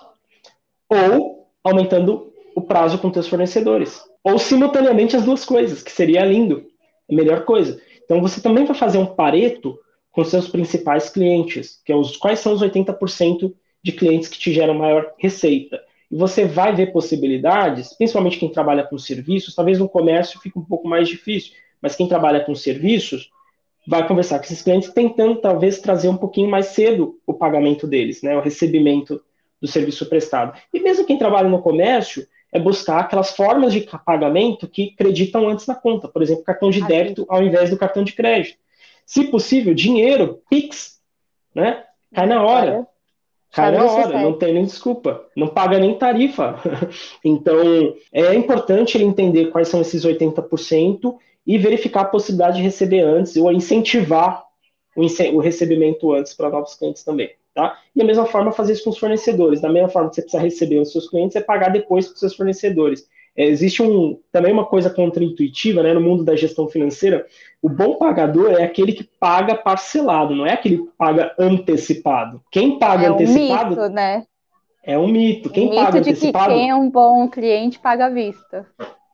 S2: Ou aumentando o prazo com seus fornecedores. Ou simultaneamente as duas coisas, que seria lindo. A melhor coisa. Então você também vai fazer um Pareto com seus principais clientes, que é os quais são os oitenta por cento de clientes que te geram maior receita. E você vai ver possibilidades, principalmente quem trabalha com serviços, talvez no comércio fique um pouco mais difícil, mas quem trabalha com serviços vai conversar com esses clientes tentando talvez trazer um pouquinho mais cedo o pagamento deles, né, o recebimento do serviço prestado. E mesmo quem trabalha no comércio é buscar aquelas formas de pagamento que creditam antes na conta, por exemplo, cartão de débito ao invés do cartão de crédito. Se possível, dinheiro, Pix, né, cai na hora. Cai na hora, não tem nem desculpa, não paga nem tarifa. Então, é importante ele entender quais são esses oitenta por cento e verificar a possibilidade de receber antes, ou incentivar o recebimento antes para novos clientes também. Tá? E da mesma forma fazer isso com os fornecedores. Da mesma forma que você precisa receber os seus clientes, é pagar depois para os seus fornecedores. É, existe um, também uma coisa contraintuitiva, né, no mundo da gestão financeira. O bom pagador é aquele que paga parcelado, não é aquele que paga antecipado. Quem paga
S1: é um
S2: antecipado...
S1: Mito, né?
S2: É um mito. Quem
S1: o mito
S2: paga
S1: de
S2: antecipado...
S1: que quem é um bom cliente paga à vista.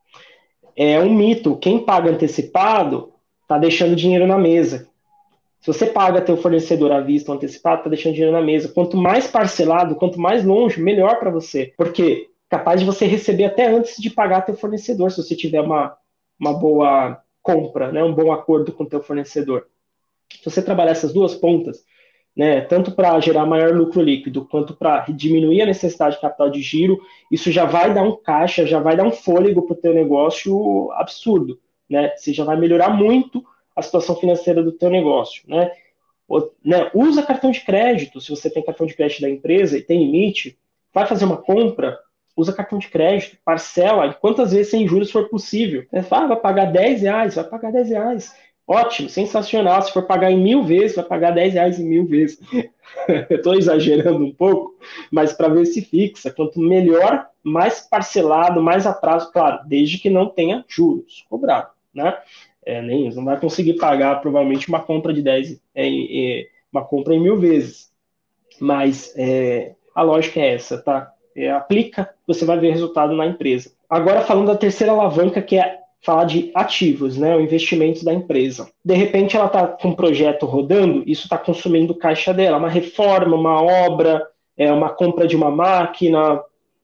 S2: É um mito. Quem paga antecipado está deixando dinheiro na mesa. Se você paga teu fornecedor à vista ou antecipado, está deixando dinheiro na mesa. Quanto mais parcelado, quanto mais longe, melhor para você. Porque é capaz de você receber até antes de pagar teu fornecedor, se você tiver uma, uma boa compra, né, um bom acordo com teu fornecedor. Se você trabalhar essas duas pontas, né, tanto para gerar maior lucro líquido, quanto para diminuir a necessidade de capital de giro, isso já vai dar um caixa, já vai dar um fôlego para o teu negócio absurdo. Né? Você já vai melhorar muito a situação financeira do teu negócio, né? O, né? Usa cartão de crédito, se você tem cartão de crédito da empresa e tem limite, vai fazer uma compra, usa cartão de crédito, parcela, quantas vezes sem juros for possível. Você fala, ah, vai pagar dez reais, vai pagar dez reais. Ótimo, sensacional. Se for pagar em mil vezes, vai pagar dez reais em mil vezes. Eu estou exagerando um pouco, mas para ver se fixa. Quanto melhor, mais parcelado, mais a prazo, claro, desde que não tenha juros cobrado, né? É, nem, não vai conseguir pagar provavelmente uma compra de dez, é, é, uma compra em mil vezes. Mas é, a lógica é essa, tá? É, aplica, você vai ver resultado na empresa. Agora falando da terceira alavanca, que é falar de ativos, né, o investimento da empresa. De repente ela está com um projeto rodando, isso está consumindo caixa dela, uma reforma, uma obra, é, uma compra de uma máquina,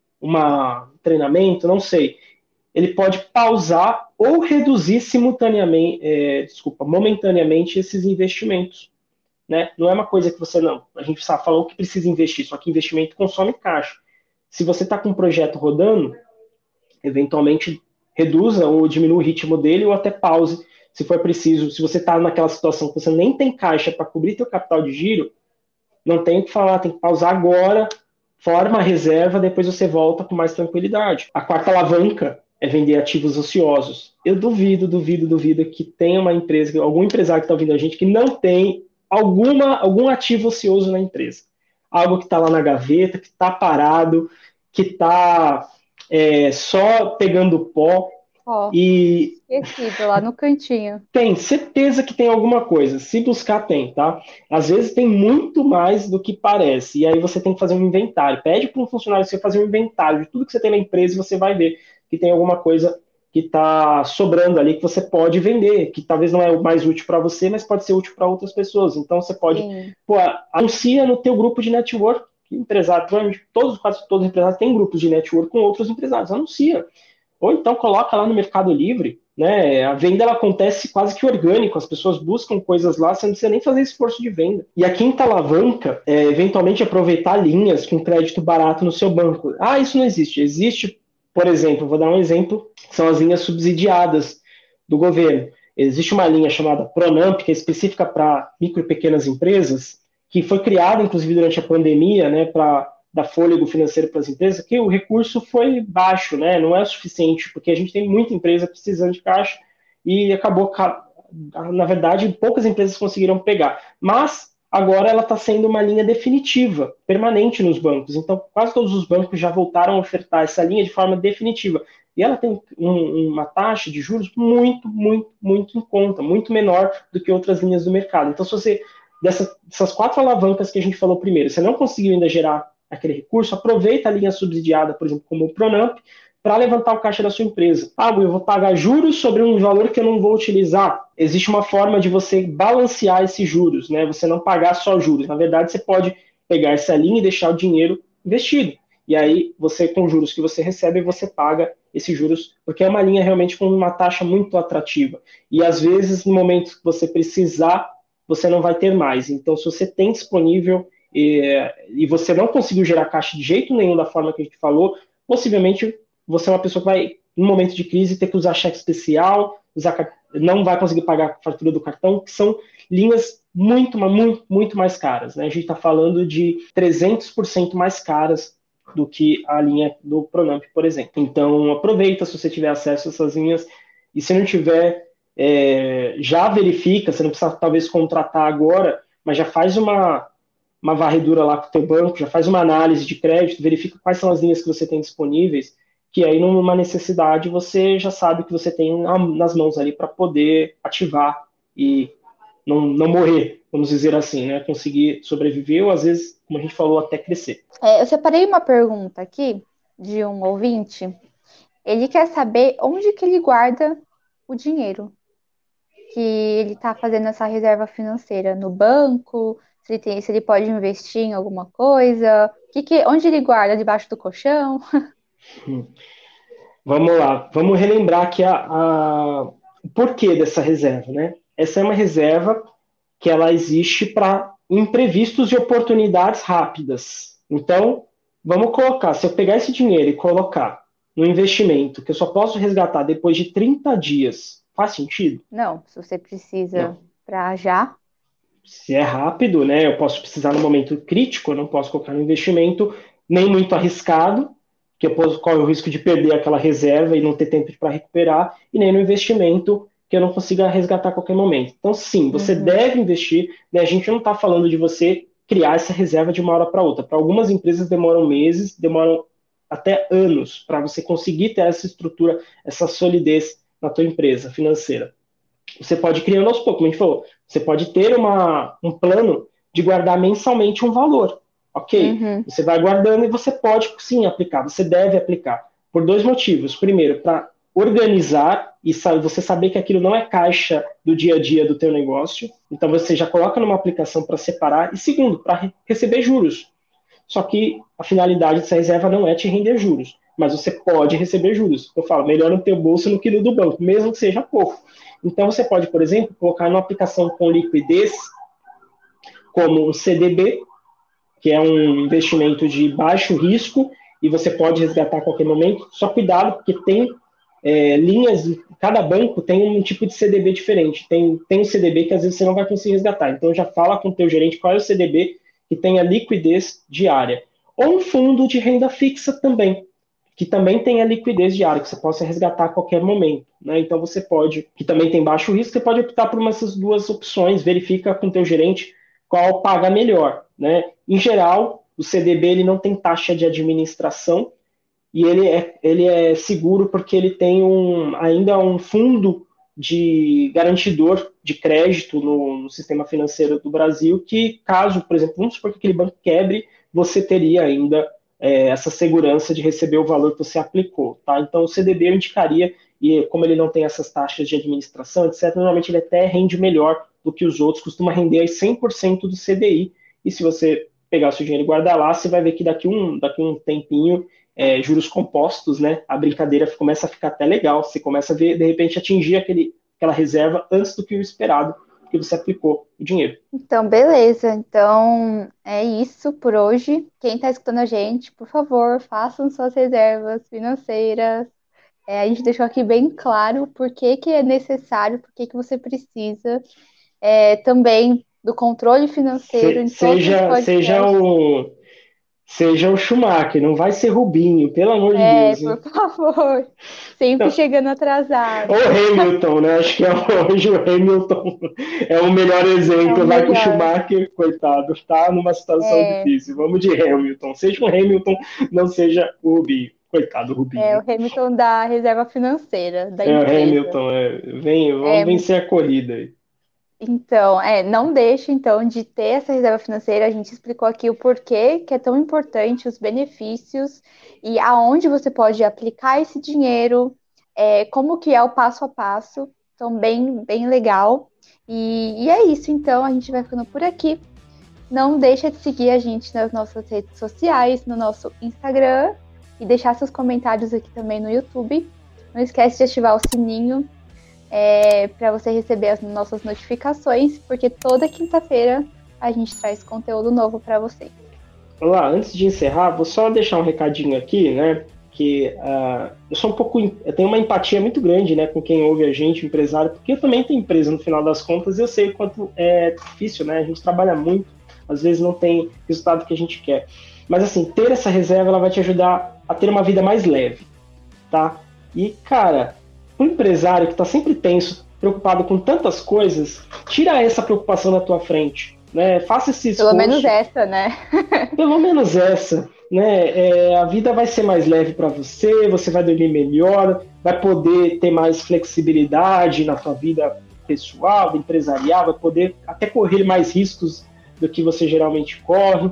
S2: um treinamento, não sei. Ele pode pausar ou reduzir simultaneamente, é, desculpa, momentaneamente esses investimentos. Né? Não é uma coisa que você não. A gente está falando que precisa investir, só que investimento consome caixa. Se você está com um projeto rodando, eventualmente reduza ou diminua o ritmo dele ou até pause, se for preciso. Se você está naquela situação que você nem tem caixa para cobrir seu capital de giro, não tem o que falar, tem que pausar agora, forma a reserva, depois você volta com mais tranquilidade. A quarta alavanca é vender ativos ociosos. Eu duvido, duvido, duvido que tenha uma empresa, algum empresário que está ouvindo a gente que não tem alguma, algum ativo ocioso na empresa. Algo que está lá na gaveta, que está parado, que está é, só pegando pó.
S1: Ó,
S2: e
S1: esquecido lá no cantinho.
S2: Tem, certeza que tem alguma coisa. Se buscar, tem, tá? Às vezes tem muito mais do que parece. E aí você tem que fazer um inventário. Pede para um funcionário você fazer um inventário de tudo que você tem na empresa e você vai ver que tem alguma coisa que está sobrando ali que você pode vender, que talvez não é o mais útil para você, mas pode ser útil para outras pessoas. Então você pode,
S1: Sim.
S2: pô, anuncia no teu grupo de network, que empresário, todos, quase todos os empresários têm grupos de network com outros empresários, anuncia. Ou então coloca lá no Mercado Livre, né? A venda ela acontece quase que orgânico, as pessoas buscam coisas lá, você não precisa nem fazer esforço de venda. E a quinta alavanca é eventualmente aproveitar linhas com crédito barato no seu banco. Ah, isso não existe. Existe, por exemplo, vou dar um exemplo, são as linhas subsidiadas do governo. Existe uma linha chamada Pronamp, que é específica para micro e pequenas empresas, que foi criada, inclusive, durante a pandemia, né, para dar fôlego financeiro para as empresas, que o recurso foi baixo, né, não é o suficiente, porque a gente tem muita empresa precisando de caixa e acabou, na verdade, poucas empresas conseguiram pegar. Mas agora ela está sendo uma linha definitiva, permanente nos bancos. Então, quase todos os bancos já voltaram a ofertar essa linha de forma definitiva. E ela tem um, uma taxa de juros muito, muito, muito em conta, muito menor do que outras linhas do mercado. Então, se você, dessas, dessas quatro alavancas que a gente falou primeiro, você não conseguiu ainda gerar aquele recurso, aproveita a linha subsidiada, por exemplo, como o Pronamp, para levantar o caixa da sua empresa. Ah, eu vou pagar juros sobre um valor que eu não vou utilizar. Existe uma forma de você balancear esses juros, né? Você não pagar só juros. Na verdade, você pode pegar essa linha e deixar o dinheiro investido. E aí, você, com juros que você recebe, você paga esses juros, porque é uma linha realmente com uma taxa muito atrativa. E às vezes, no momento que você precisar, você não vai ter mais. Então, se você tem disponível e, e você não conseguiu gerar caixa de jeito nenhum da forma que a gente falou, possivelmente você é uma pessoa que vai, no momento de crise, ter que usar cheque especial, usar, não vai conseguir pagar a fatura do cartão, que são linhas muito, muito, muito mais caras. Né? A gente está falando de trezentos por cento mais caras do que a linha do Pronamp, por exemplo. Então, aproveita se você tiver acesso a essas linhas, e se não tiver, é, já verifica, você não precisa talvez contratar agora, mas já faz uma, uma varredura lá com o teu banco, já faz uma análise de crédito, verifica quais são as linhas que você tem disponíveis, que aí numa necessidade você já sabe que você tem nas mãos ali para poder ativar e não, não morrer, vamos dizer assim, né? Conseguir sobreviver ou às vezes, como a gente falou, até crescer.
S1: É, eu separei uma pergunta aqui de um ouvinte. Ele quer saber onde que ele guarda o dinheiro que ele está fazendo essa reserva financeira, no banco, se ele, tem, se ele pode investir em alguma coisa, que que, onde ele guarda, debaixo do colchão?
S2: Hum. Vamos lá, vamos relembrar aqui a, a, o porquê dessa reserva, né? Essa é uma reserva que ela existe para imprevistos e oportunidades rápidas. Então, vamos colocar, se eu pegar esse dinheiro e colocar no investimento, que eu só posso resgatar depois de trinta dias, faz sentido?
S1: Não, se você precisa para já.
S2: Se é rápido, né? Eu posso precisar no momento crítico, eu não posso colocar no investimento nem muito arriscado, que eu posso correr o risco de perder aquela reserva e não ter tempo para recuperar, e nem no investimento que eu não consiga resgatar a qualquer momento. Então, sim, você
S1: Uhum.
S2: deve investir, né? A gente não está falando de você criar essa reserva de uma hora para outra. Para algumas empresas demoram meses, demoram até anos para você conseguir ter essa estrutura, essa solidez na tua empresa financeira. Você pode ir criando aos poucos, como a gente falou, você pode ter uma, um plano de guardar mensalmente um valor, ok?
S1: Uhum.
S2: Você vai guardando e você pode sim aplicar, você deve aplicar, por dois motivos. Primeiro, para organizar e você saber que aquilo não é caixa do dia a dia do teu negócio, então você já coloca numa aplicação para separar, e segundo, para receber juros. Só que a finalidade dessa reserva não é te render juros, mas você pode receber juros. Eu falo, melhor no teu bolso do que no do banco, mesmo que seja pouco. Então você pode, por exemplo, colocar numa aplicação com liquidez, como um C D B, que é um investimento de baixo risco, e você pode resgatar a qualquer momento. Só cuidado, porque tem é, linhas, cada banco tem um tipo de C D B diferente. Tem, tem um C D B que às vezes você não vai conseguir resgatar. Então já fala com o teu gerente qual é o C D B que tenha liquidez diária. Ou um fundo de renda fixa também, que também tenha liquidez diária, que você possa resgatar a qualquer momento. Né? Então você pode, que também tem baixo risco, você pode optar por uma dessas duas opções, verifica com o teu gerente qual paga melhor. Né? Em geral, o C D B ele não tem taxa de administração e ele é, ele é seguro porque ele tem um, ainda um fundo de garantidor de crédito no, no sistema financeiro do Brasil, que caso, por exemplo, vamos supor que aquele banco quebre, você teria ainda é, essa segurança de receber o valor que você aplicou. Tá? Então o C D B eu indicaria, e como ele não tem essas taxas de administração, etcétera, normalmente ele até rende melhor do que os outros, costuma render aí cem por cento do C D I, e se você pegar o seu dinheiro e guardar lá, você vai ver que daqui um, daqui um tempinho, é, juros compostos, né, a brincadeira começa a ficar até legal, você começa a ver, de repente, atingir aquele, aquela reserva antes do que o esperado, porque você aplicou o dinheiro.
S1: Então, beleza. Então, é isso por hoje. Quem está escutando a gente, por favor, façam suas reservas financeiras. É, a gente deixou aqui bem claro por que, que é necessário, por que, que você precisa. É, também do controle financeiro
S2: Se,
S1: em todos os
S2: seja, seja
S1: podcasts.
S2: o seja o Schumacher, não vai ser Rubinho, pelo amor de
S1: É,
S2: Deus.
S1: por
S2: Hein?
S1: favor. Sempre
S2: Não.
S1: chegando atrasado.
S2: Ou Hamilton, né? Acho que é hoje o Hamilton é o melhor
S1: É o
S2: exemplo. Vai que o
S1: melhor.
S2: Schumacher, coitado, tá numa situação
S1: É,
S2: difícil. Vamos de Hamilton. Seja o Hamilton, não seja o Rubinho. Coitado do
S1: é
S2: Rubinho.
S1: o Hamilton da reserva financeira da
S2: É o
S1: empresa.
S2: Hamilton, é, vem, vamos
S1: É,
S2: vencer a corrida aí.
S1: então, é, não deixe então de ter essa reserva financeira. A gente explicou aqui o porquê que é tão importante, os benefícios e aonde você pode aplicar esse dinheiro, é, como que é o passo a passo. Então, bem, bem legal. E, e é isso, então, a gente vai ficando por aqui. Não deixa de seguir a gente nas nossas redes sociais, no nosso Instagram e deixar seus comentários aqui também no YouTube. Não esquece de ativar o sininho é, para você receber as nossas notificações, porque toda quinta-feira a gente traz conteúdo novo para vocês.
S2: Olá, antes de encerrar, vou só deixar um recadinho aqui, né? Que uh, eu sou um pouco, eu tenho uma empatia muito grande, né, com quem ouve a gente, empresário, porque eu também tenho empresa no final das contas e eu sei o quanto é difícil, né? A gente trabalha muito, às vezes não tem resultado que a gente quer. Mas assim, ter essa reserva, ela vai te ajudar a ter uma vida mais leve, tá? E, cara, um empresário que está sempre tenso, preocupado com tantas coisas, tira essa preocupação da tua frente, né? Faça esse esforço.
S1: Pelo menos essa, né?
S2: Pelo menos essa, né? É, a vida vai ser mais leve para você, você vai dormir melhor, vai poder ter mais flexibilidade na tua vida pessoal, empresarial, vai poder até correr mais riscos do que você geralmente corre.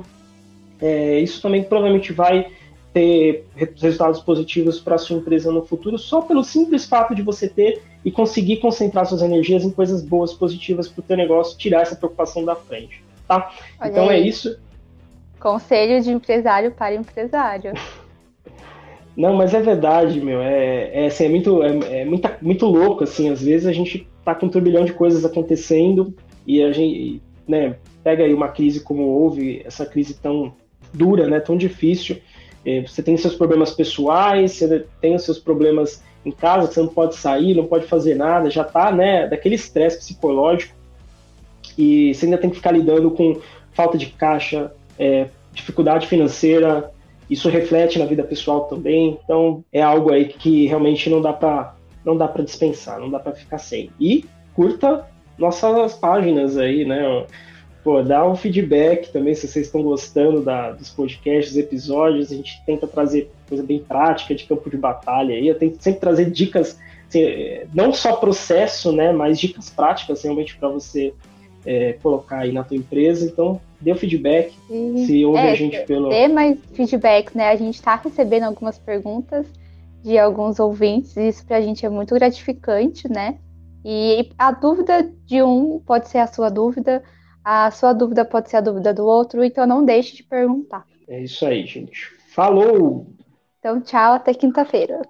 S2: É, isso também provavelmente vai ter resultados positivos para a sua empresa no futuro, só pelo simples fato de você ter e conseguir concentrar suas energias em coisas boas, positivas para o teu negócio, tirar essa preocupação da frente, tá?
S1: Olha
S2: então
S1: aí.
S2: É isso.
S1: Conselho de empresário para empresário.
S2: Não, mas é verdade, meu. É, é, assim, é, muito, é, é muito, muito louco, assim. Às vezes a gente tá com um turbilhão de coisas acontecendo e a gente, né, pega aí uma crise como houve, essa crise tão dura, né, tão difícil. É, você tem seus problemas pessoais, você tem os seus problemas em casa, que você não pode sair, não pode fazer nada, já tá, né, daquele estresse psicológico e você ainda tem que ficar lidando com falta de caixa, é, dificuldade financeira. Isso reflete na vida pessoal também, então é algo aí que realmente não dá para não dá para dispensar, não dá para ficar sem. E curta nossas páginas aí, né? Pô, dá um feedback também se vocês estão gostando da, dos podcasts, dos episódios. A gente tenta trazer coisa bem prática de campo de batalha aí. Eu tento sempre trazer dicas, assim, não só processo, né, mas dicas práticas realmente para você é, colocar aí na tua empresa. Então, dê o feedback.
S1: E,
S2: se ouve
S1: é,
S2: a gente pelo...
S1: Dê mais feedbacks, né? A gente está recebendo algumas perguntas de alguns ouvintes. E isso para a gente é muito gratificante, né? E a dúvida de um pode ser a sua dúvida, a sua dúvida pode ser a dúvida do outro, então não deixe de perguntar.
S2: É isso aí, gente. Falou!
S1: Então, tchau, até quinta-feira.